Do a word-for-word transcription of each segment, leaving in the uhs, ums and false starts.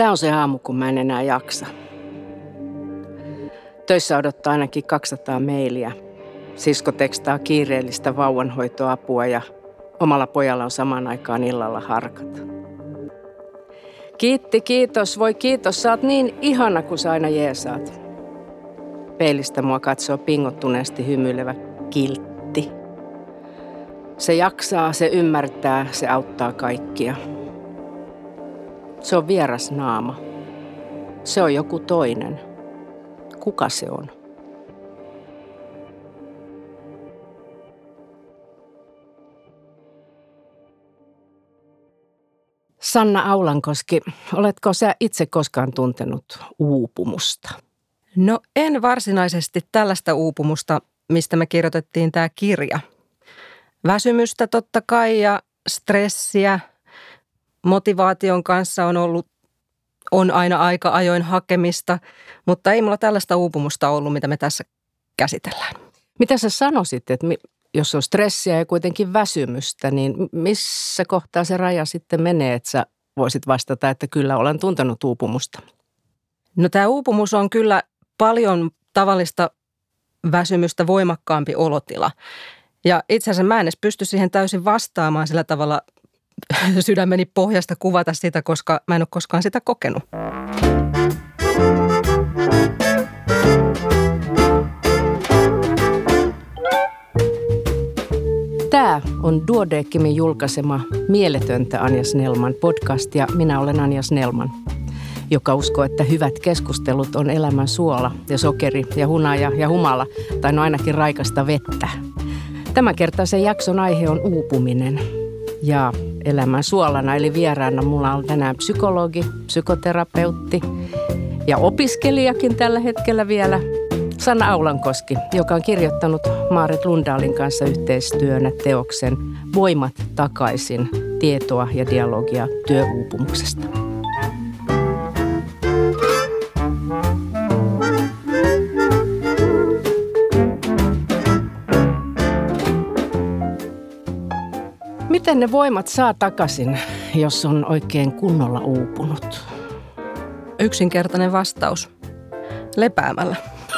Tämä on se aamu, kun mä en enää jaksa. Töissä odottaa ainakin kaksisataa mailia. Sisko tekstaa kiireellistä vauvanhoitoapua ja omalla pojalla on samaan aikaan illalla harkat. Kiitti, kiitos, voi kiitos, sä oot niin ihana, kun sä aina jeesaat. Peilistä mua katsoo pingottuneesti hymyilevä kiltti. Se jaksaa, se ymmärtää, se auttaa kaikkia. Se on vieras naama. Se on joku toinen. Kuka se on? Sanna Aulankoski, oletko sä itse koskaan tuntenut uupumusta? No en varsinaisesti tällaista uupumusta, mistä me kirjoitettiin tämä kirja. Väsymystä totta kai ja stressiä. Motivaation kanssa on ollut, on aina aika ajoin hakemista, mutta ei mulla tällaista uupumusta ollut, mitä me tässä käsitellään. Mitä sä sanoisit, että jos on stressiä ja kuitenkin väsymystä, niin missä kohtaa se raja sitten menee, että sä voisit vastata, että kyllä olen tuntenut uupumusta? No tämä uupumus on kyllä paljon tavallista väsymystä voimakkaampi olotila. Ja itse asiassa mä en edes pysty siihen täysin vastaamaan sillä tavalla sydämeni pohjasta kuvata sitä, koska mä en ole koskaan sitä kokenut. Tämä on Duodecimin julkaisema Mieletöntä Anja Snellman podcast ja minä olen Anja Snellman, joka uskoo, että hyvät keskustelut on elämän suola ja sokeri ja hunaja ja humala, tai no ainakin raikasta vettä. Tämänkertaisen jakson aihe on uupuminen ja elämän suolana eli vieraana mulla on tänään psykologi, psykoterapeutti ja opiskelijakin tällä hetkellä vielä Sanna Aulankoski, joka on kirjoittanut Maaret Lundahlin kanssa yhteistyönä teoksen Voimat takaisin, tietoa ja dialogia työuupumuksesta. Miten ne voimat saa takaisin, jos on oikein kunnolla uupunut? Yksinkertainen vastaus. Lepäämällä.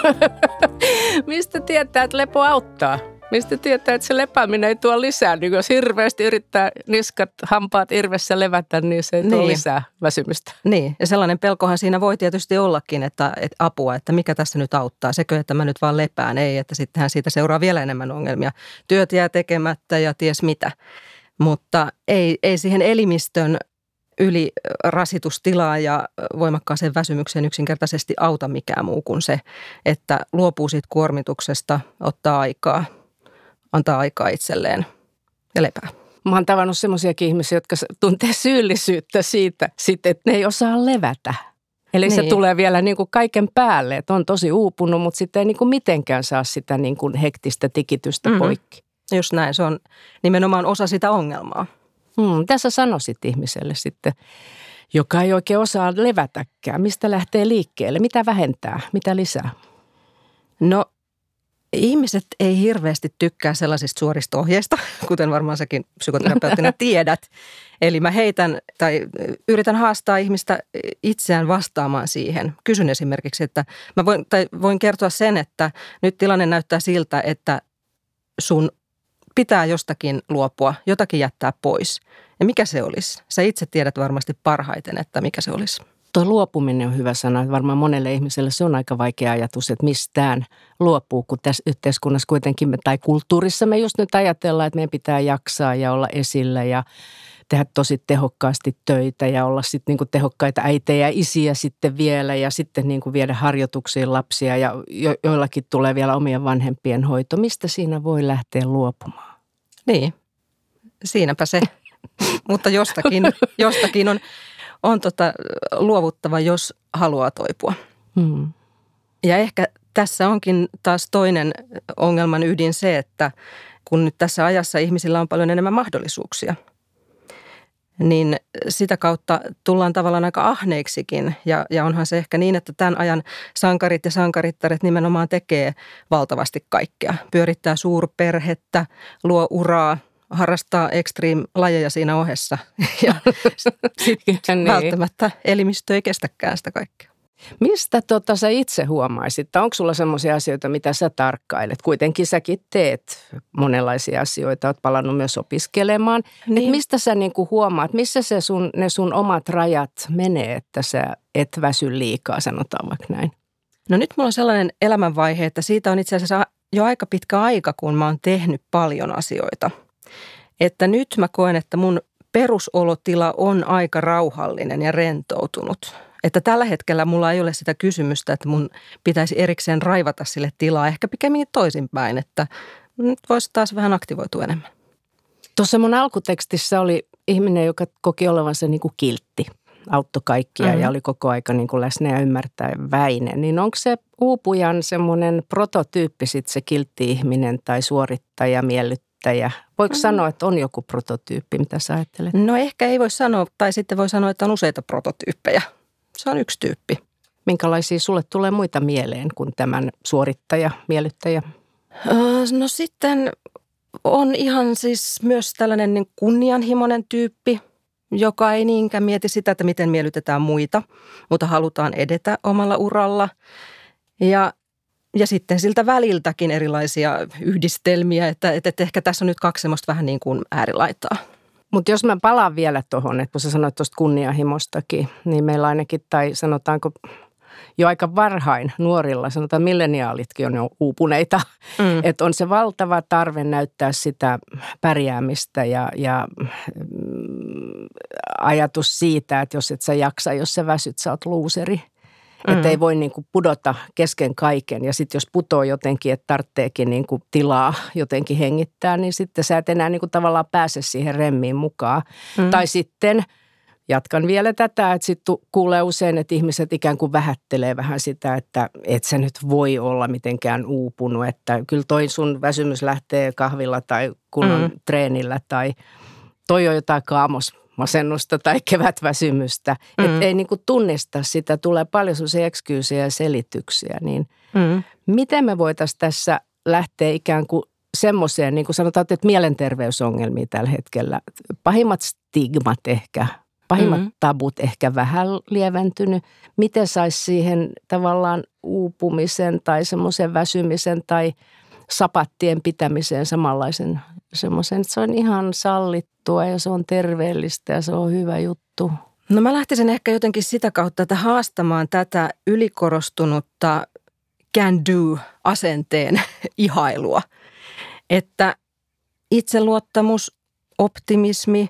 Mistä tietää, että lepo auttaa? Mistä tietää, että se lepääminen ei tuo lisää? Niin jos hirveästi yrittää niskat, hampaat irvessä levätä, niin se ei tuo niin lisää väsymystä. Niin, ja sellainen pelkohan siinä voi tietysti ollakin, että, että apua, että mikä tässä nyt auttaa. Sekö, että mä nyt vaan lepään? Ei, että sittenhän siitä seuraa vielä enemmän ongelmia. Työt jää tekemättä ja ties mitä. Mutta ei, ei siihen elimistön yli rasitustilaa ja voimakkaaseen väsymykseen yksinkertaisesti auta mikään muu kuin se, että luopuu siitä kuormituksesta, ottaa aikaa, antaa aikaa itselleen ja lepää. Mä oon tavannut semmoisiakin ihmisiä, jotka tuntee syyllisyyttä siitä, että ne ei osaa levätä. Eli niin. Se tulee vielä niin kuin kaiken päälle, että on tosi uupunut, mutta sitten ei niin kuin mitenkään saa sitä niin kuin hektistä tikitystä mm-hmm. poikki. Just näin, se on nimenomaan osa sitä ongelmaa. Hmm, tässä sanoisit ihmiselle sitten, joka ei oikein osaa levätäkään. Mistä lähtee liikkeelle? Mitä vähentää? Mitä lisää? No ihmiset ei hirveästi tykkää sellaisista suorista ohjeista, kuten varmaan säkin psykoterapeuttina tiedät. Eli mä heitän tai yritän haastaa ihmistä itseään vastaamaan siihen. Kysyn esimerkiksi, että mä voin, tai voin kertoa sen, että nyt tilanne näyttää siltä, että sun pitää jostakin luopua, jotakin jättää pois. Ja mikä se olisi? Sä itse tiedät varmasti parhaiten, että mikä se olisi. Tuo luopuminen on hyvä sana. Varmaan monelle ihmiselle se on aika vaikea ajatus, että mistään luopuu, kun tässä yhteiskunnassa kuitenkin, me, tai kulttuurissa me just nyt ajatellaan, että meidän pitää jaksaa ja olla esillä ja tehdä tosi tehokkaasti töitä ja olla sitten niinku tehokkaita äitejä ja isiä sitten vielä ja sitten niinku viedä harjoituksiin lapsia ja jo, joillakin tulee vielä omien vanhempien hoito. Mistä siinä voi lähteä luopumaan? Niin, siinäpä se. Mutta jostakin, jostakin on, on tota luovuttava, jos haluaa toipua. Hmm. Ja ehkä tässä onkin taas toinen ongelman ydin se, että kun nyt tässä ajassa ihmisillä on paljon enemmän mahdollisuuksia, niin sitä kautta tullaan tavallaan aika ahneeksikin. Ja, ja onhan se ehkä niin, että tämän ajan sankarit ja sankarittaret nimenomaan tekee valtavasti kaikkea. Pyörittää suurperhettä, luo uraa, harrastaa extreme-lajeja siinä ohessa ja sitten niin. välttämättä elimistö ei kestäkään sitä kaikkea. Mistä tota sä itse huomaisit? Onko sulla sellaisia asioita, mitä sä tarkkailet? Kuitenkin säkin teet monenlaisia asioita, oot palannut myös opiskelemaan. Niin. Et mistä sä niinku huomaat, missä se sun, ne sun omat rajat menee, että sä et väsy liikaa, sanotaan vaikka näin? No nyt mulla on sellainen elämänvaihe, että siitä on itse asiassa jo aika pitkä aika, kun mä oon tehnyt paljon asioita. Että nyt mä koen, että mun perusolotila on aika rauhallinen ja rentoutunut. Että tällä hetkellä mulla ei ole sitä kysymystä, että mun pitäisi erikseen raivata sille tilaa. Ehkä pikemminkin toisinpäin, että nyt voisi taas vähän aktivoitua enemmän. Tuossa mun alkutekstissä oli ihminen, joka koki olevansa niin kuin kiltti. Auttoi kaikkia mm-hmm. ja oli koko aika niin kuin läsnä ja ymmärtäväinen. Niin onko se uupujan semmoinen prototyyppi sitten se kiltti ihminen tai suorittaja, miellyttäjä? Voiko mm-hmm. sanoa, että on joku prototyyppi, mitä sä ajattelet? No ehkä ei voi sanoa, tai sitten voi sanoa, että on useita prototyyppejä. Se on yksi tyyppi. Minkälaisia sulle tulee muita mieleen kuin tämän suorittaja, miellyttäjä? No sitten on ihan siis myös tällainen niin kunnianhimoinen tyyppi, joka ei niinkään mieti sitä, että miten miellytetään muita, mutta halutaan edetä omalla uralla. Ja, ja sitten siltä väliltäkin erilaisia yhdistelmiä, että, että ehkä tässä on nyt kaksi semmoista vähän niin kuin äärilaitaa. Mutta jos mä palaan vielä tuohon, että kun sä sanoit tuosta kunnianhimostakin, niin meillä ainakin, tai sanotaanko jo aika varhain nuorilla, sanotaan milleniaalitkin on jo uupuneita, mm. että on se valtava tarve näyttää sitä pärjäämistä ja, ja mm, ajatus siitä, että jos et sä jaksa, jos sä väsyt, sä oot luuseri. Mm. Että ei voi niinku pudota kesken kaiken ja sitten jos putoo jotenkin, että tarvitseekin niinku tilaa jotenkin hengittää, niin sitten sä et enää niinku tavallaan pääse siihen remmiin mukaan. Mm. Tai sitten jatkan vielä tätä, että sitten kuulee usein, että ihmiset ikään kuin vähättelee vähän sitä, että et sä nyt voi olla mitenkään uupunut. Että kyllä toi sun väsymys lähtee kahvilla tai kunnon mm. treenillä tai toi on jotain kaamosmasennusta tai kevätväsymystä. Mm. Että ei niinku tunnista sitä, tulee paljon sellaisia eksyysejä ja selityksiä. Niin mm. miten me voitaisiin tässä lähteä ikään kuin semmoiseen, niin kuin sanotaan, että mielenterveysongelmia tällä hetkellä, pahimmat stigmat ehkä, pahimmat mm-hmm. tabut ehkä vähän lieventynyt. Miten saisi siihen tavallaan uupumisen tai semmoisen väsymisen tai sapattien pitämiseen samanlaisen semmoisen, että se on ihan sallittua ja se on terveellistä ja se on hyvä juttu. No mä lähtisin ehkä jotenkin sitä kautta, että haastamaan tätä ylikorostunutta can do-asenteen ihailua. Että itseluottamus, optimismi,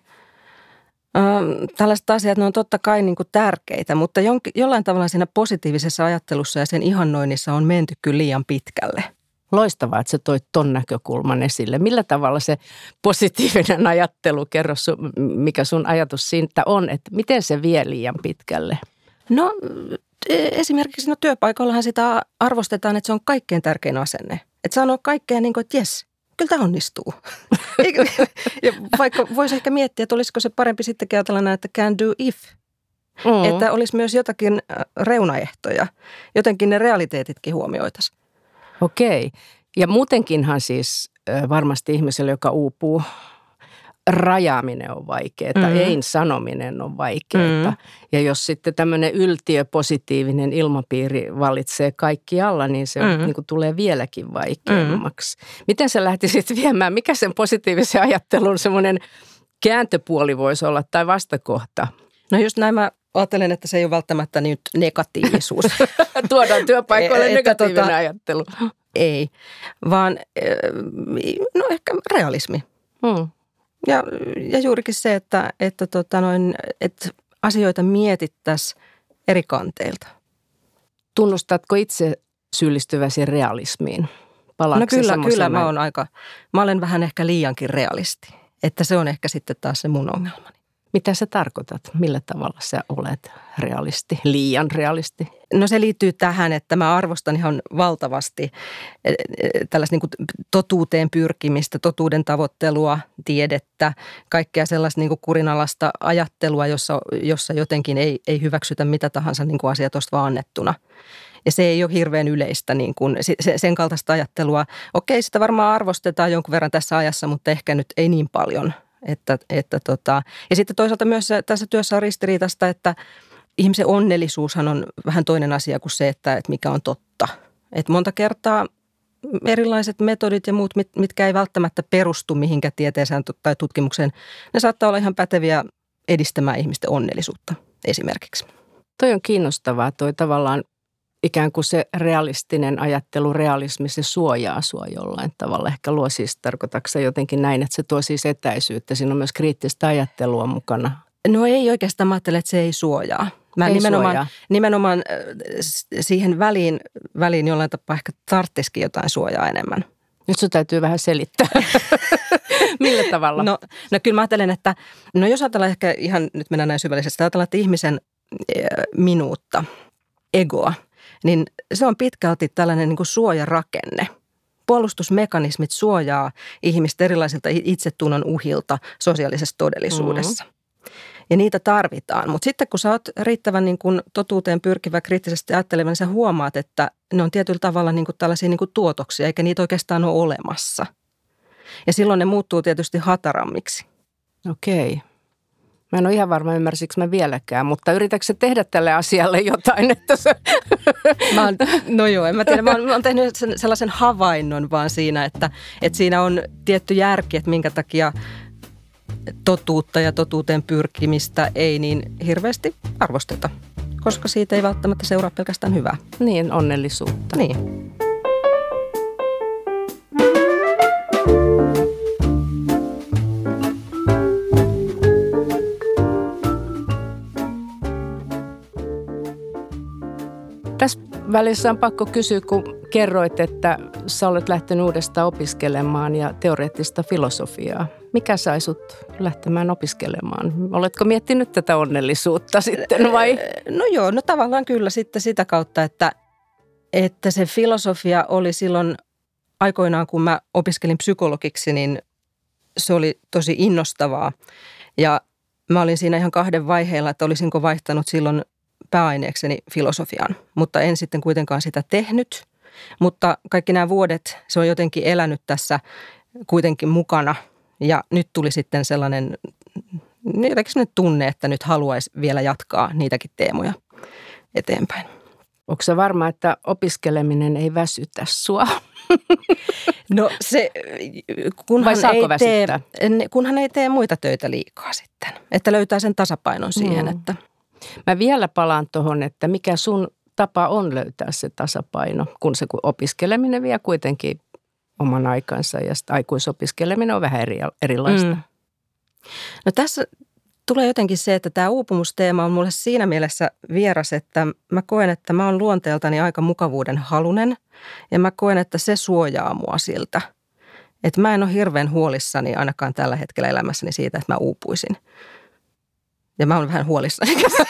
tällaiset asiat, ne on totta kai niin kuin tärkeitä, mutta jollain tavalla siinä positiivisessa ajattelussa ja sen ihannoinnissa on menty kyllä liian pitkälle. Loistavaa, että sä toit ton näkökulman esille. Millä tavalla se positiivinen ajattelu, kerro sun, mikä sun ajatus siitä on, että miten se vie liian pitkälle? No esimerkiksi no, työpaikallahan sitä arvostetaan, että se on kaikkein tärkein asenne. Että sanoo kaikkeen niin kuin, että jes, kyllä tämä onnistuu. Ja vaikka voisi ehkä miettiä, että olisiko se parempi sittenkin ajatella näin, että can do if. Mm. Että olisi myös jotakin reunaehtoja. Jotenkin ne realiteetitkin huomioitaisiin. Okei. Ja muutenkinhan siis varmasti ihmiselle, joka uupuu, rajaaminen on vaikeaa, mm. ein sanominen on vaikeaa. Mm. Ja jos sitten tämmöinen yltiöpositiivinen ilmapiiri vallitsee kaikkialla, niin se mm. niin kuin tulee vieläkin vaikeammaksi. Mm. Miten sä lähtisit viemään, mikä sen positiivisen ajattelun semmoinen kääntöpuoli voisi olla tai vastakohta? No just näin mä ajattelen, että se ei ole välttämättä nyt negatiivisuus. Tuodaan työpaikoille e, negatiivinen tota, ajattelu. Ei, vaan no ehkä realismi. Mm. Ja, ja juurikin se, että, että, tota noin, että asioita mietittäisiin eri kanteilta. Tunnustatko itse syyllistyväsi realismiin? Palaatko no kyllä, kyllä mä oon aika, mä olen vähän ehkä liiankin realisti. Että se on ehkä sitten taas se mun ongelmani. Mitä sä tarkoitat? Millä tavalla sä olet realisti, liian realisti? No se liittyy tähän, että mä arvostan ihan valtavasti tällaista niin kuin totuuteen pyrkimistä, totuuden tavoittelua, tiedettä, kaikkea sellaista niin kuin kurinalaista ajattelua, jossa, jossa jotenkin ei, ei hyväksytä mitä tahansa niin kuin asia tuosta vaan annettuna. Ja se ei ole hirveän yleistä niin kuin, sen kaltaista ajattelua. Okei, sitä varmaan arvostetaan jonkun verran tässä ajassa, mutta ehkä nyt ei niin paljon. Että, että tota. Ja sitten toisaalta myös tässä työssä on ristiriitasta, että ihmisen onnellisuushan on vähän toinen asia kuin se, että, että mikä on totta. Että monta kertaa erilaiset metodit ja muut, mitkä ei välttämättä perustu mihinkä tieteeseen tai tutkimukseen, ne saattaa olla ihan päteviä edistämään ihmisten onnellisuutta esimerkiksi. Toi on kiinnostavaa, toi tavallaan ikään kuin se realistinen ajattelu, realismi, se suojaa sua jollain tavalla. Ehkä luo siis, tarkoitatko se jotenkin näin, että se tuo siis etäisyyttä, siinä on myös kriittistä ajattelua mukana. No ei oikeastaan, mä ajattelen, että se ei suojaa. Mä ei nimenomaan, suojaa. nimenomaan siihen väliin, väliin jollain tapaa ehkä tarvitsisikin jotain suojaa enemmän. Nyt sun täytyy vähän selittää. Millä tavalla? No, no kyllä mä ajattelen, että no jos ajatellaan ehkä ihan, nyt mennään näin syvällisesti, ajatellaan, että ihmisen minuutta, egoa, niin se on pitkälti tällainen niin kuin suojarakenne. Puolustusmekanismit suojaa ihmistä erilaisilta itsetunnon uhilta sosiaalisessa todellisuudessa. Mm-hmm. Ja niitä tarvitaan. Mutta sitten kun sä oot riittävän niin kuin totuuteen pyrkivä, kriittisesti ajatteleva, niin sä huomaat, että ne on tietyllä tavalla niin kuin tällaisia niin kuin tuotoksia, eikä niitä oikeastaan ole olemassa. Ja silloin ne muuttuu tietysti hatarammiksi. Okei. Mä en ole ihan varma, ymmärsikö mä vieläkään, mutta yritätkö sä tehdä tälle asialle jotain, että se... Mä oon, no joo, en mä tiedä. Mä oon, mä oon tehnyt sellaisen havainnon vaan siinä, että, että siinä on tietty järki, että minkä takia totuutta ja totuuteen pyrkimistä ei niin hirveästi arvosteta, koska siitä ei välttämättä seuraa pelkästään hyvää. Niin, onnellisuutta. Niin. Tässä välissä on pakko kysyä, kun kerroit, että sä olet lähtenyt uudestaan opiskelemaan ja teoreettista filosofiaa. Mikä sai sut lähtemään opiskelemaan? Oletko miettinyt tätä onnellisuutta sitten vai? No joo, no tavallaan kyllä sitten sitä kautta, että, että se filosofia oli silloin aikoinaan, kun mä opiskelin psykologiksi, niin se oli tosi innostavaa. Ja mä olin siinä ihan kahden vaiheella, että olisinko vaihtanut silloin pääaineekseni filosofian, mutta en sitten kuitenkaan sitä tehnyt. Mutta kaikki nämä vuodet se on jotenkin elänyt tässä kuitenkin mukana ja nyt tuli sitten sellainen jotenkin sellainen tunne, että nyt haluaisi vielä jatkaa niitäkin teemoja eteenpäin. Onko se varma, että opiskeleminen ei väsytä sua? No se, kunhan saako ei, tee, kunhan ei tee muita töitä liikaa sitten, että löytää sen tasapainon siihen, mm. että... Mä vielä palaan tuohon, että mikä sun tapa on löytää se tasapaino, kun se opiskeleminen vie kuitenkin oman aikansa ja aikuisopiskeleminen on vähän eri, erilaista. Mm. No tässä tulee jotenkin se, että tämä uupumusteema on mulle siinä mielessä vieras, että mä koen, että mä oon luonteeltani aika mukavuuden halunen ja mä koen, että se suojaa mua siltä. Että mä en ole hirveän huolissani ainakaan tällä hetkellä elämässäni siitä, että mä uupuisin. Ja mä oon vähän huolissani siitä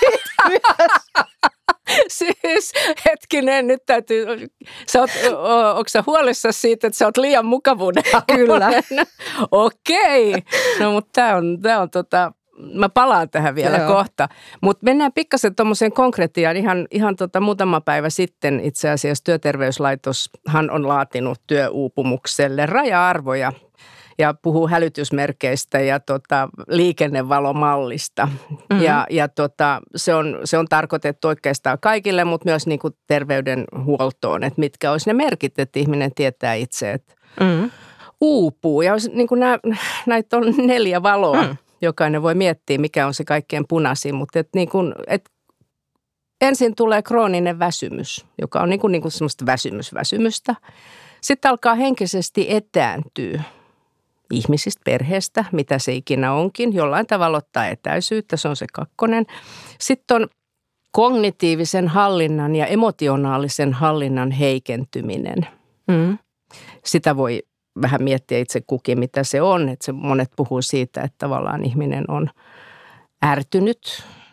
Siis hetkinen, nyt täytyy, sä oot, onko sä huolissasi siitä, että sä oot liian mukavuuden? Kyllä. Okei, no mutta tää on, tää on tota, mä palaan tähän vielä Joo. kohta. Mutta mennään pikkasen tuommoiseen konkretiaan. Ihan, ihan tota muutama päivä sitten itse asiassa Työterveyslaitoshan on laatinut työuupumukselle raja-arvoja. Ja puhuu hälytysmerkeistä ja tota, liikennevalomallista. Mm-hmm. Ja, ja tota, se, on, se on tarkoitettu oikeastaan kaikille, mutta myös niin kuin terveydenhuoltoon, että mitkä olisi ne merkit, että ihminen tietää itse, että mm-hmm. uupuu. Ja niin kuin nämä, näitä on neljä valoa, mm. jokainen voi miettiä, mikä on se kaikkein punaisin. Mutta et niin kuin, et ensin tulee krooninen väsymys, joka on niin kuin, niin kuin semmoista väsymysväsymystä. Sitten alkaa henkisesti etääntyä ihmisistä, perheestä, mitä se ikinä onkin. Jollain tavalla ottaa etäisyyttä, se on se kakkonen. Sitten on kognitiivisen hallinnan ja emotionaalisen hallinnan heikentyminen. Mm. Sitä voi vähän miettiä itse kukin, mitä se on. Että se monet puhuu siitä, että tavallaan ihminen on ärtynyt,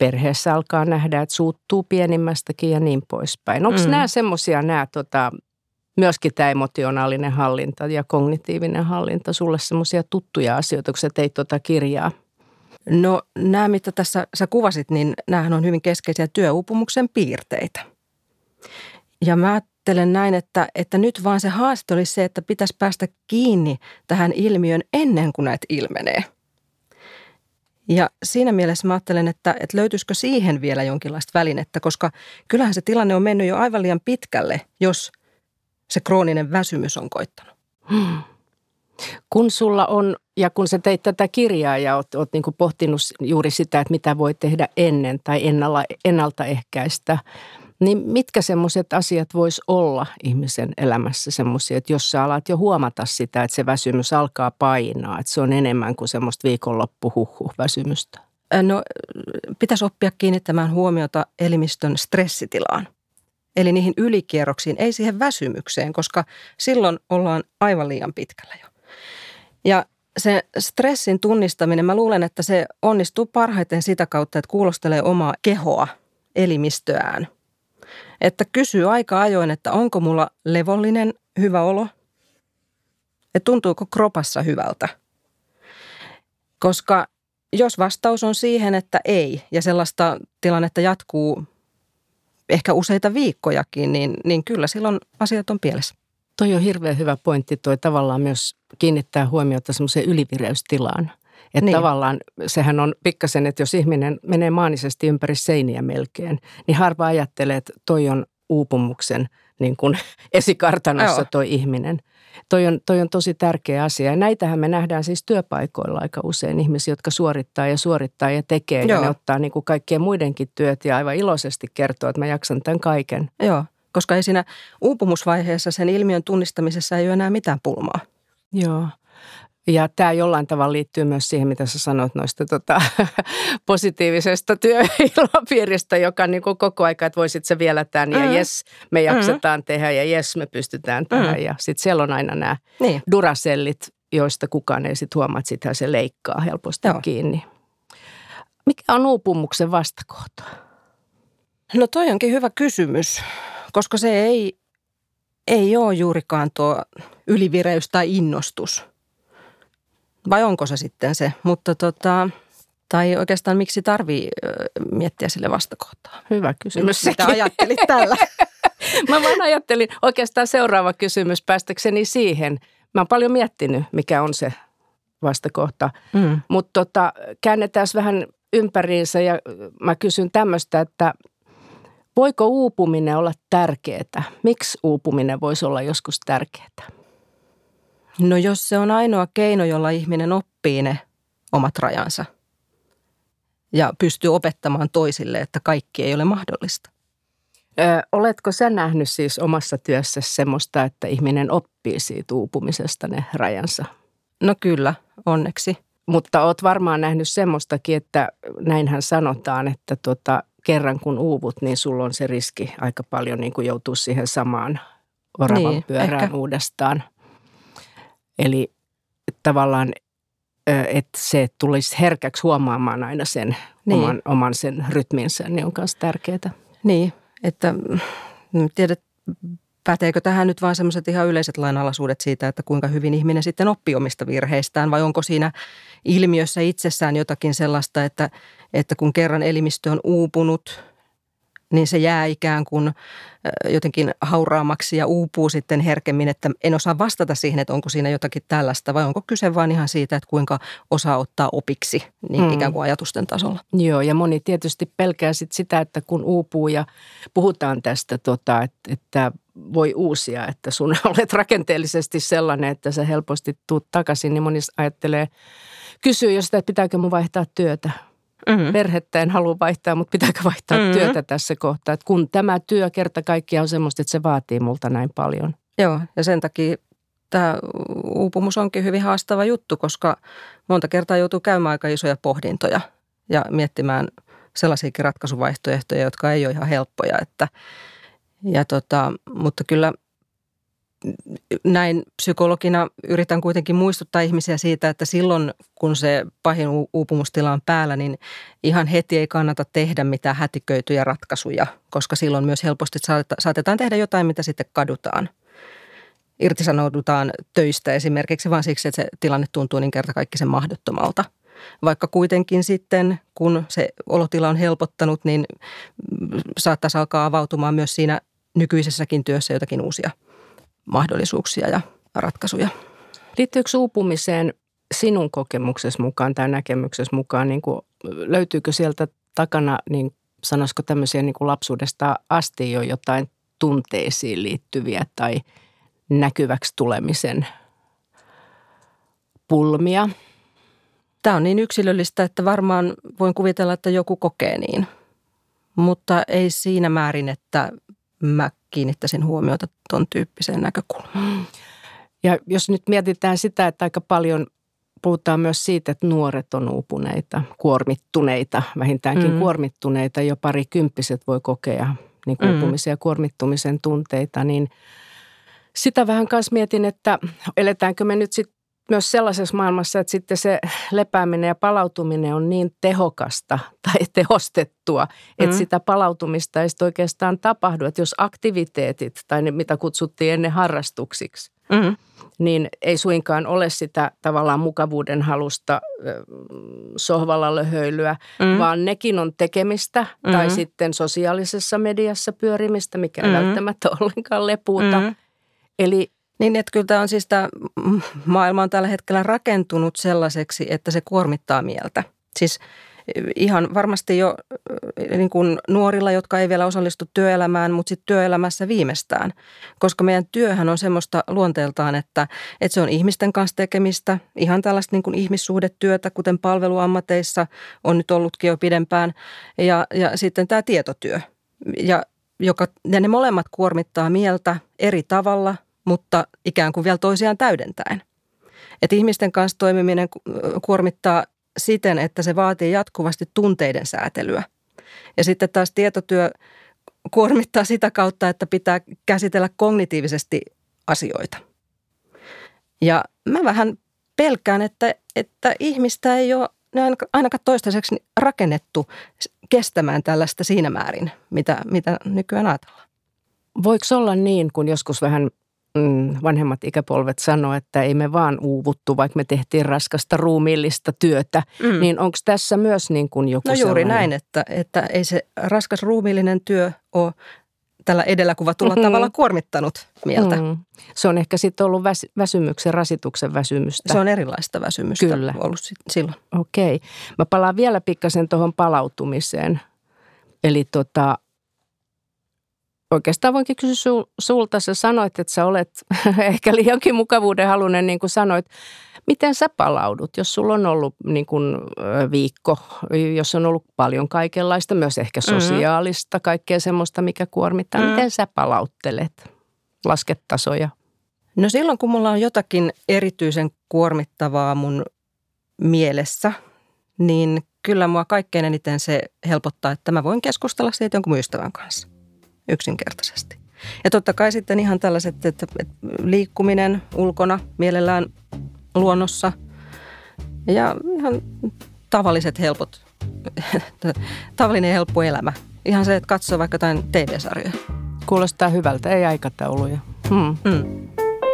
perheessä alkaa nähdä, että suuttuu pienimmästäkin ja niin poispäin. Onko mm. nämä semmoisia, nämä tota, myöskin tämä emotionaalinen hallinta ja kognitiivinen hallinta, sulle semmoisia tuttuja asioita, kun sä teit tuota kirjaa? No nämä, mitä tässä sä kuvasit, niin nämähän on hyvin keskeisiä työuupumuksen piirteitä. Ja mä ajattelen näin, että, että nyt vaan se haaste olisi se, että pitäisi päästä kiinni tähän ilmiön ennen kuin näitä ilmenee. Ja siinä mielessä mä ajattelen, että, että löytyisikö siihen vielä jonkinlaista välinettä, koska kyllähän se tilanne on mennyt jo aivan liian pitkälle, jos se krooninen väsymys on koittanut. Hmm. Kun sulla on, ja kun sä teit tätä kirjaa ja oot, oot niin kuin pohtinut juuri sitä, että mitä voi tehdä ennen tai ennalla, ennaltaehkäistä, niin mitkä semmoiset asiat vois olla ihmisen elämässä semmoisia, että jos sä alat jo huomata sitä, että se väsymys alkaa painaa, että se on enemmän kuin semmoista viikonloppuhuhhuh väsymystä? No pitäisi oppia kiinnittämään huomiota elimistön stressitilaan. Eli niihin ylikierroksiin, ei siihen väsymykseen, koska silloin ollaan aivan liian pitkällä jo. Ja se stressin tunnistaminen, mä luulen, että se onnistuu parhaiten sitä kautta, että kuulostelee omaa kehoa, elimistöään. Että kysyy aika ajoin, että onko mulla levollinen hyvä olo? Että tuntuuko kropassa hyvältä? Koska jos vastaus on siihen, että ei, ja sellaista tilannetta jatkuu ehkä useita viikkojakin, niin, niin kyllä silloin asiat on pielessä. Toi on hirveän hyvä pointti, toi tavallaan myös kiinnittää huomiota semmoiseen ylivireystilaan. Että niin. Tavallaan sehän on pikkasen, että jos ihminen menee maanisesti ympäri seiniä melkein, niin harva ajattelee, että toi on uupumuksen niin kuin esikartanossa toi ihminen. Toi on, toi on tosi tärkeä asia. Ja näitähän me nähdään siis työpaikoilla aika usein. Ihmisiä, jotka suorittaa ja suorittaa ja tekee. Joo. Ja ne ottaa niin kuin kaikkien muidenkin työt ja aivan iloisesti kertoo, että mä jaksan tämän kaiken. Joo, koska ei siinä uupumusvaiheessa sen ilmiön tunnistamisessa ei ole enää mitään pulmaa. Joo. Ja tämä jollain tavalla liittyy myös siihen, mitä sä sanoit noista tota, positiivisesta työilmapiiristä, joka niin kuin koko aika, että voisit sä vielä tämän ja mm. jes, me jaksetaan mm. tehdä ja jes, me pystytään tähän. Mm. Ja sitten siellä on aina nämä niin. Duracellit, joista kukaan ei sitten huomaa, että sitähän se leikkaa helposti Joo. kiinni. Mikä on uupumuksen vastakohta? No toi onkin hyvä kysymys, koska se ei, ei ole juurikaan tuo ylivireys tai innostus. Vai onko se sitten se? Mutta tota, tai oikeastaan miksi tarvii miettiä sille vastakohtaa? Hyvä kysymys. Mitä ajattelit tällä? Mä vaan ajattelin oikeastaan seuraava kysymys päästäkseni siihen. Mä oon paljon miettinyt, mikä on se vastakohta. Mm. Mutta tota, käännetään vähän ympäriinsä ja mä kysyn tämmöistä, että voiko uupuminen olla tärkeää? Miksi uupuminen voisi olla joskus tärkeää? No jos se on ainoa keino, jolla ihminen oppii ne omat rajansa ja pystyy opettamaan toisille, että kaikki ei ole mahdollista. Ö, oletko sä nähnyt siis omassa työssä semmoista, että ihminen oppii siitä uupumisesta ne rajansa? No kyllä, onneksi. Mutta oot varmaan nähnyt semmoistakin, että näinhän sanotaan, että tota, kerran kun uuvut, niin sulla on se riski aika paljon niin kuin joutua siihen samaan oravan niin, pyörään ehkä. Uudestaan. Eli tavallaan, että se tulisi herkäksi huomaamaan aina sen niin. oman, oman sen rytminsä, niin on myös tärkeää. Niin, että tiedät, päteekö tähän nyt vaan sellaiset ihan yleiset lainalaisuudet siitä, että kuinka hyvin ihminen sitten oppii omista virheistään, vai onko siinä ilmiössä itsessään jotakin sellaista, että, että kun kerran elimistö on uupunut, niin se jää ikään kuin jotenkin hauraamaksi ja uupuu sitten herkemmin, että en osaa vastata siihen, että onko siinä jotakin tällaista vai onko kyse vaan ihan siitä, että kuinka osaa ottaa opiksi niin hmm. ikään kuin ajatusten tasolla. Joo, ja moni tietysti pelkää sit sitä, että kun uupuu ja puhutaan tästä, tota, että, että voi uusia, että sun olet rakenteellisesti sellainen, että sä helposti tuut takaisin, niin moni ajattelee, kysyy jo sitä, että pitääkö mun vaihtaa työtä. Mm-hmm. Perhettä en halua vaihtaa, mutta pitääkö vaihtaa mm-hmm. työtä tässä kohtaa. Että kun tämä työ kerta kaikkiaan on semmoista, että se vaatii multa näin paljon. Joo, ja sen takia tämä uupumus onkin hyvin haastava juttu, koska monta kertaa joutuu käymään aika isoja pohdintoja ja miettimään sellaisiakin ratkaisuvaihtoehtoja, jotka ei ole ihan helppoja. Että, ja tota, mutta kyllä näin psykologina yritän kuitenkin muistuttaa ihmisiä siitä, että silloin kun se pahin uupumustila on päällä, niin ihan heti ei kannata tehdä mitään hätiköityjä ratkaisuja, koska silloin myös helposti saatetaan tehdä jotain, mitä sitten kadutaan. Irtisanoudutaan töistä esimerkiksi vaan siksi, että se tilanne tuntuu niin kertakaikkisen mahdottomalta. Vaikka kuitenkin sitten, kun se olotila on helpottanut, niin saattaisi alkaa avautumaan myös siinä nykyisessäkin työssä jotakin uusia mahdollisuuksia ja ratkaisuja. Liittyykö uupumiseen sinun kokemuksesi mukaan tai näkemyksesi mukaan, niin kuin, löytyykö sieltä takana, niin sanoisiko tämmöisiä niin kuin lapsuudesta asti jo jotain tunteisiin liittyviä tai näkyväksi tulemisen pulmia? Tämä on niin yksilöllistä, että varmaan voin kuvitella, että joku kokee niin, mutta ei siinä määrin, että mä kiinnittäisin huomiota ton tyyppiseen näkökulmaan. Ja jos nyt mietitään sitä, että aika paljon puhutaan myös siitä, että nuoret on uupuneita, kuormittuneita, vähintäänkin mm. kuormittuneita, jo parikymppiset voi kokea niin kuin mm. uupumisen ja kuormittumisen tunteita, niin sitä vähän kanssa mietin, että eletäänkö me nyt sitten myös sellaisessa maailmassa, että sitten se lepääminen ja palautuminen on niin tehokasta tai tehostettua, että mm. sitä palautumista ei sitten oikeastaan tapahdu. Että jos aktiviteetit tai ne, mitä kutsuttiin ennen harrastuksiksi, mm. niin ei suinkaan ole sitä tavallaan mukavuuden halusta sohvalla löhöilyä, mm. vaan nekin on tekemistä mm. tai sitten sosiaalisessa mediassa pyörimistä, mikä ei mm. välttämättä ollenkaan lepuuta. Mm. Eli Niin, että kyllä tämä on siis tämä maailma on tällä hetkellä rakentunut sellaiseksi, että se kuormittaa mieltä. Siis ihan varmasti jo niin kuin nuorilla, jotka ei vielä osallistu työelämään, mutta sitten työelämässä viimeistään. Koska meidän työhän on semmoista luonteeltaan, että, että se on ihmisten kanssa tekemistä, ihan tällaista niin kuin ihmissuhdetyötä, kuten palveluammateissa on nyt ollutkin jo pidempään. Ja, ja sitten tämä tietotyö, ja, joka, ja ne molemmat kuormittaa mieltä eri tavalla, mutta ikään kuin vielä toisiaan täydentäen. Että ihmisten kanssa toimiminen kuormittaa siten, että se vaatii jatkuvasti tunteiden säätelyä. Ja sitten taas tietotyö kuormittaa sitä kautta, että pitää käsitellä kognitiivisesti asioita. Ja mä vähän pelkään, että, että ihmistä ei ole ainakaan toistaiseksi rakennettu kestämään tällaista siinä määrin, mitä, mitä nykyään ajatellaan. Voiko olla niin, kun joskus vähän vanhemmat ikäpolvet sanoo, että ei me vaan uuvuttu, vaikka me tehtiin raskasta ruumiillista työtä, mm. niin onko tässä myös niin kuin joku No juuri sellainen? näin, että, että ei se raskas ruumiillinen työ ole tällä edellä kuvatulla mm-hmm. tavalla kuormittanut mieltä. Mm. Se on ehkä sitten ollut väs, väsymyksen, rasituksen väsymystä. Se on erilaista väsymystä Kyllä. ollut silloin. Okei. Mä palaan vielä pikkasen tuohon palautumiseen. Eli tota... Oikeastaan voinkin kysyä sulta, sä sanoit, että sä olet ehkä liiankin mukavuuden halunen, niin kuin sanoit. Miten sä palaudut, jos sulla on ollut niin kuin viikko, jos on ollut paljon kaikenlaista, myös ehkä sosiaalista, kaikkea semmoista, mikä kuormittaa. Mm-hmm. Miten sä palauttelet? Lasket tasoja. No silloin, kun mulla on jotakin erityisen kuormittavaa mun mielessä, niin kyllä mua kaikkein eniten se helpottaa, että mä voin keskustella siitä jonkun ystävän kanssa. Yksinkertaisesti. Ja totta kai sitten ihan tällaiset, että liikkuminen ulkona, mielellään luonnossa ja ihan tavalliset helpot, tavallinen helppo elämä. Ihan se, että katsoo vaikka jotain T V-sarjoja. Kuulostaa hyvältä, ei aikatauluja. Hmm. Hmm.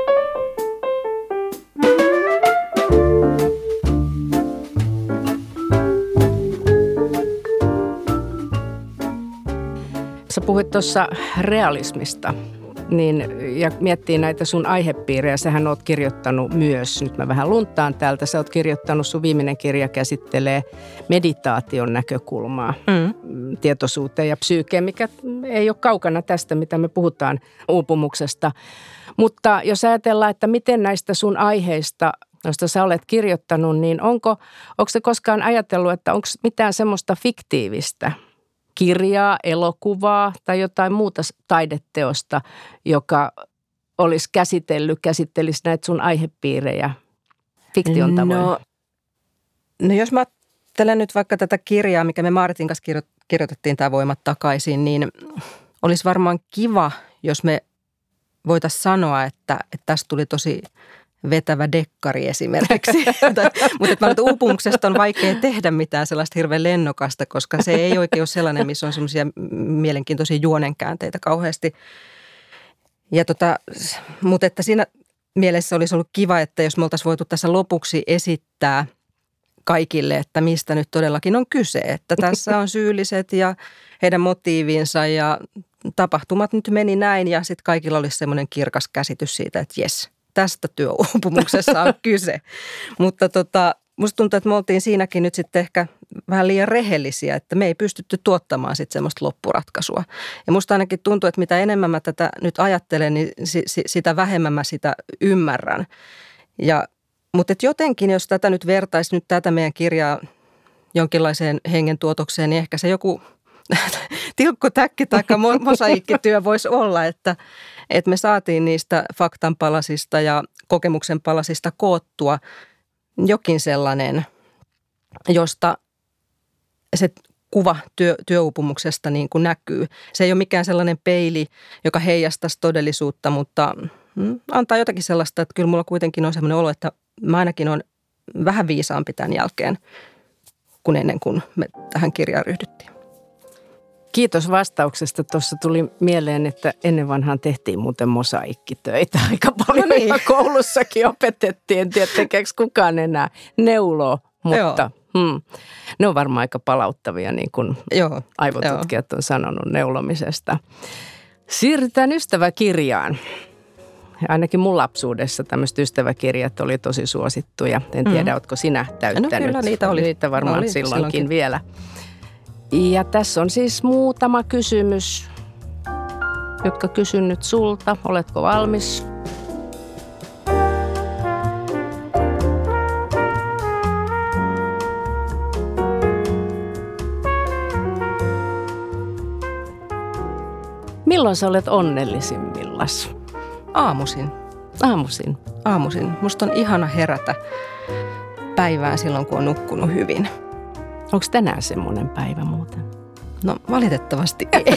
Sä puhuit tuossa realismista niin, ja miettii näitä sun aihepiirejä. Sähän oot kirjoittanut myös, nyt mä vähän luntaan täältä, sä oot kirjoittanut, sun viimeinen kirja käsittelee meditaation näkökulmaa mm. tietoisuuteen ja psyykeen, mikä ei ole kaukana tästä, mitä me puhutaan uupumuksesta. Mutta jos ajatellaan, että miten näistä sun aiheista, joista sä olet kirjoittanut, niin onko, onko se koskaan ajatellut, että onko mitään semmoista fiktiivistä kirjaa, elokuvaa tai jotain muuta taideteosta, joka olisi käsitellyt, käsittelisi näitä sun aihepiirejä fiktion tavoin? No, no jos mä ajattelen nyt vaikka tätä kirjaa, mikä me Maaritin kanssa kirjoitettiin, tämä Voimat takaisin, niin olisi varmaan kiva, jos me voitaisiin sanoa, että, että tästä tuli tosi vetävä dekkari esimerkiksi. Mutta että, että uupumuksesta on vaikea tehdä mitään sellaista hirveän lennokasta, koska se ei oikein ole sellainen, missä on semmoisia mielenkiintoisia juonenkäänteitä kauheasti. Ja tota, mutta että siinä mielessä olisi ollut kiva, että jos me oltaisiin voitu tässä lopuksi esittää kaikille, että mistä nyt todellakin on kyse. Että tässä on syylliset ja heidän motiivinsa ja tapahtumat nyt meni näin ja sitten kaikilla olisi semmoinen kirkas käsitys siitä, että jes, tästä työuupumuksessa on kyse. Mutta tota, musta tuntuu, että me oltiin siinäkin nyt sitten ehkä vähän liian rehellisiä, että me ei pystytty tuottamaan sitten semmoista loppuratkaisua. Ja musta ainakin tuntuu, että mitä enemmän mä tätä nyt ajattelen, niin sitä vähemmän mä sitä ymmärrän. Ja, mutta et jotenkin, jos tätä nyt vertaisi nyt tätä meidän kirjaa jonkinlaiseen hengentuotokseen, niin ehkä se joku tilkkutäkki tai mosaikkityö voisi olla, että, että me saatiin niistä faktanpalasista ja kokemuksen palasista koottua jokin sellainen, josta se kuva työ, työuupumuksesta niin kuin näkyy. Se ei ole mikään sellainen peili, joka heijastaisi todellisuutta, mutta mm, antaa jotakin sellaista, että kyllä mulla kuitenkin on sellainen olo, että mä ainakin olen vähän viisaampi tämän jälkeen kuin ennen kuin me tähän kirjaan ryhdyttiin. Kiitos vastauksesta. Tuossa tuli mieleen, että ennen vanhaan tehtiin muuten mosaikkitöitä aika paljon. No niin. Koulussakin opetettiin, en tiedä tekeekö kukaan enää neuloa, mutta hmm, ne on varmaan aika palauttavia, niin kuin Joo. aivotutkijat on sanonut neulomisesta. Siirrytään ystäväkirjaan. Ainakin mun lapsuudessa tämmöiset ystäväkirjat oli tosi suosittuja. En tiedä, mm. ootko sinä täyttänyt. No kyllä niitä oli. Niitä varmaan oli silloinkin, silloinkin vielä. Ja tässä on siis muutama kysymys, jotka kysyn nyt sulta. Oletko valmis? Milloin sä olet onnellisimmillas? Aamuisin. Aamuisin? Aamuisin. Musta on ihana herätä päivään silloin, kun on nukkunut hyvin. Onko tänään semmoinen päivä muuten? No valitettavasti ei.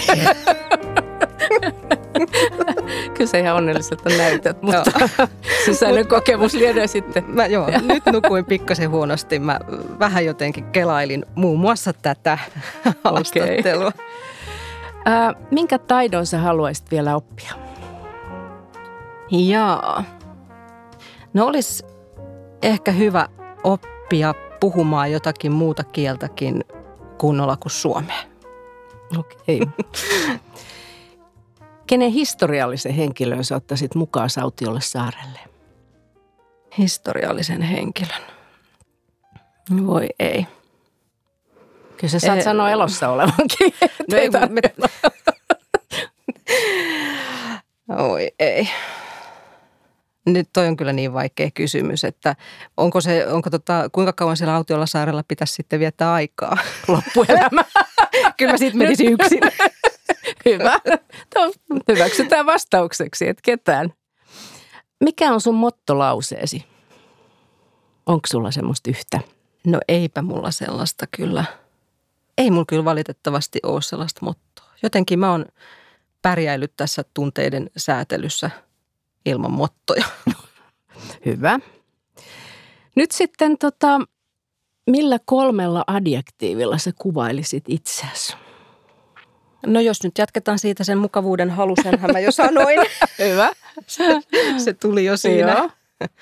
Kyllä sä ihan onnelliselta näytät, mutta sisäinen kokemus lienee sitten. Mä, joo, nyt nukuin pikkasen huonosti. Mä vähän jotenkin kelailin muun muassa tätä haastattelua. Okay. Äh, minkä taidon sä haluaisit vielä oppia? Jaa. No olisi ehkä hyvä oppia puhumaan jotakin muuta kieltäkin kunnolla kuin suomea. Okei. Okay. Kenen historiallisen henkilön sä ottaisit mukaan Sautiolle saarelle? Historiallisen henkilön? Voi ei. Kyllä sä saat e- sanoa elossa olevankin. No ei, me... Oi ei. Nyt toi on kyllä niin vaikea kysymys, että onko se, onko tota, kuinka kauan siellä Autiolla saarella pitäisi sitten viettää aikaa? Loppuelämä. Kyllä mä siitä menisin yksin. Hyvä. No, hyväksytään vastaukseksi, et ketään. Mikä on sun mottolauseesi? Onko sulla semmoista yhtä? No eipä mulla sellaista kyllä. Ei mulla kyllä valitettavasti ole sellaista mottoa. Jotenkin mä oon pärjäillyt tässä tunteiden säätelyssä ilman mottoja. Hyvä. Nyt sitten tota, millä kolmella adjektiivilla sä kuvailisit itseäsi? No jos nyt jatketaan siitä sen mukavuuden halusenhan mä jo sanoin. Hyvä. Se, se tuli jo siinä. Joo.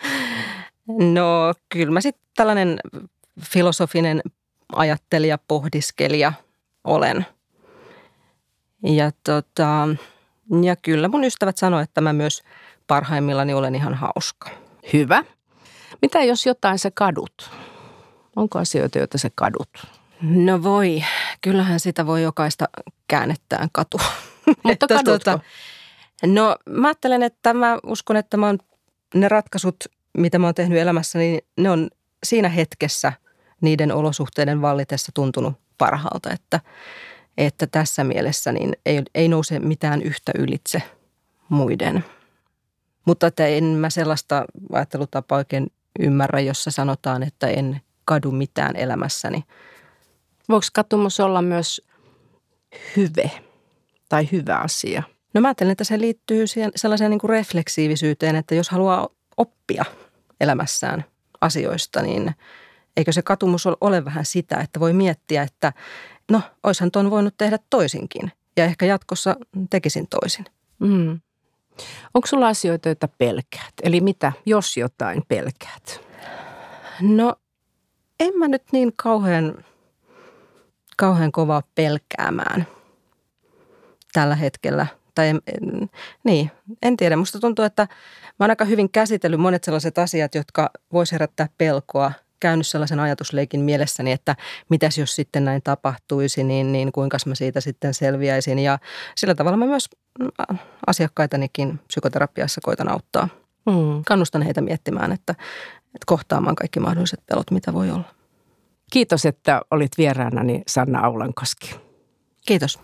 No kyllä mä sitten tällainen filosofinen ajattelija, pohdiskelija olen. Ja, tota, ja kyllä mun ystävät sanoo, että mä myös parhaimmillani olen ihan hauska. Hyvä. Mitä jos jotain sä kadut? Onko asioita, joita sä kadut? No voi. Kyllähän sitä voi jokaista käännettään katua. Mutta kadutko? Tuota, no mä ajattelen, että mä uskon, että mä oon, ne ratkaisut, mitä mä oon tehnyt elämässä, niin ne on siinä hetkessä niiden olosuhteiden vallitessa tuntunut parhaalta. Että, että tässä mielessä niin ei, ei nouse mitään yhtä ylitse muiden. Mutta että en mä sellaista ajattelutapaa oikein ymmärrä, jossa sanotaan, että en kadu mitään elämässäni. Voiko katumus olla myös hyve tai hyvä asia? No mä ajattelen, että se liittyy siihen sellaiseen niin kuin refleksiivisyyteen, että jos haluaa oppia elämässään asioista, niin eikö se katumus ole vähän sitä, että voi miettiä, että no, oishan ton voinut tehdä toisinkin ja ehkä jatkossa tekisin toisin. Mm. Onko sulla asioita, joita pelkäät? Eli mitä, jos jotain pelkäät? No, en mä nyt niin kauhean, kauhean kovaa pelkäämään tällä hetkellä. Tai en, en, niin, en tiedä. Musta tuntuu, että mä oon aika hyvin käsitellyt monet sellaiset asiat, jotka vois herättää pelkoa. Käynyt sellaisen ajatusleikin mielessäni, että mitäs jos sitten näin tapahtuisi, niin, niin kuinka mä siitä sitten selviäisin. Ja sillä tavalla mä myös asiakkaitanikin psykoterapiassa koitan auttaa. Mm. Kannustan heitä miettimään, että, että kohtaamaan kaikki mahdolliset pelot, mitä voi olla. Kiitos, että olit vieraanani, Sanna Aulankoski. Kiitos.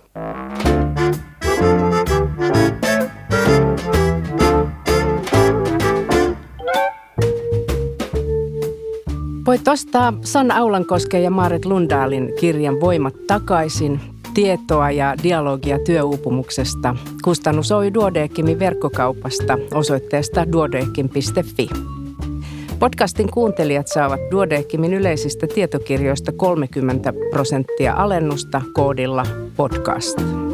Voit ostaa Sanna Aulankosken ja Maaret Lundalin kirjan Voimat takaisin, tietoa ja dialogia työuupumuksesta. Kustannus Oy Duodecimin verkkokaupasta osoitteesta duodecim piste fi. Podcastin kuuntelijat saavat Duodecimin yleisistä tietokirjoista kolmekymmentä prosenttia alennusta koodilla podcast.